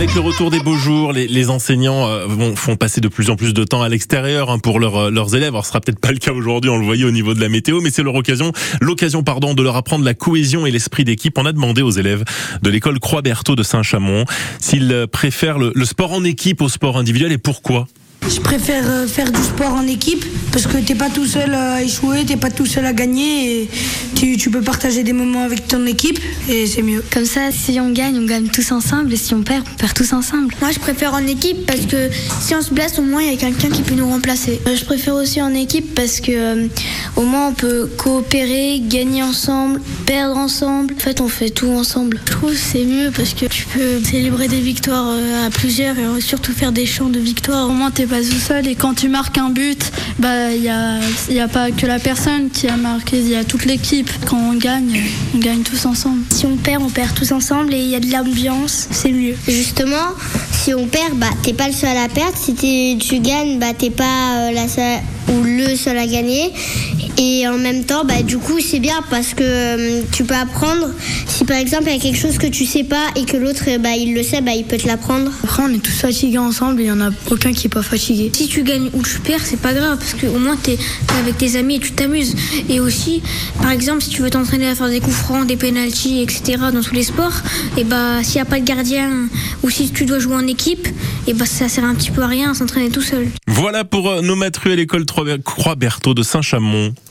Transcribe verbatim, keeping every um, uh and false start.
Avec le retour des beaux jours, les, les enseignants euh, vont, font passer de plus en plus de temps à l'extérieur hein, pour leur, leurs élèves. Alors, ce sera peut-être pas le cas aujourd'hui, on le voyait au niveau de la météo, mais c'est leur occasion, l'occasion pardon, de leur apprendre la cohésion et l'esprit d'équipe. On a demandé aux élèves de l'école Croix-Berthaud de Saint-Chamond s'ils préfèrent le, le sport en équipe au sport individuel et pourquoi. Je préfère faire du sport en équipe parce que t'es pas tout seul à échouer, t'es pas tout seul à gagner et tu, tu peux partager des moments avec ton équipe et c'est mieux. Comme ça, si on gagne, on gagne tous ensemble et si on perd, on perd tous ensemble. Moi, je préfère en équipe parce que si on se blesse, au moins il y a quelqu'un qui peut nous remplacer. Je préfère aussi en équipe parce que euh, au moins on peut coopérer, gagner ensemble, perdre ensemble. En fait, on fait tout ensemble. Je trouve que c'est mieux parce que tu peux célébrer des victoires à plusieurs et surtout faire des chants de victoire. Au moins, t'es pas tout seul et quand tu marques un but, bah il y a il y a pas que la personne qui a marqué, il y a toute l'équipe. Quand on gagne, on gagne tous ensemble. Si on perd, on perd tous ensemble et il y a de l'ambiance, c'est mieux. Justement, si on perd, bah t'es pas le seul à perdre. Si tu gagnes, bah t'es pas euh, la seule ou le seul à gagner. Et en même temps, bah du coup c'est bien parce que euh, tu peux apprendre. Si par exemple il y a quelque chose que tu sais pas et que l'autre bah il le sait, bah il peut te l'apprendre. Après on est tous fatigués ensemble et il y en a aucun qui est pas fatigué. Si tu gagnes ou tu perds, c'est pas grave parce qu'au moins t'es, t'es avec tes amis et tu t'amuses. Et aussi, par exemple, si tu veux t'entraîner à faire des coups francs, des pénaltys, et cetera dans tous les sports, et bah s'il y a pas de gardien ou si tu dois jouer en équipe, et bah ça sert un petit peu à rien à s'entraîner tout seul. Voilà pour nos maths à l'école Croix-Berthaud de Saint-Chamond.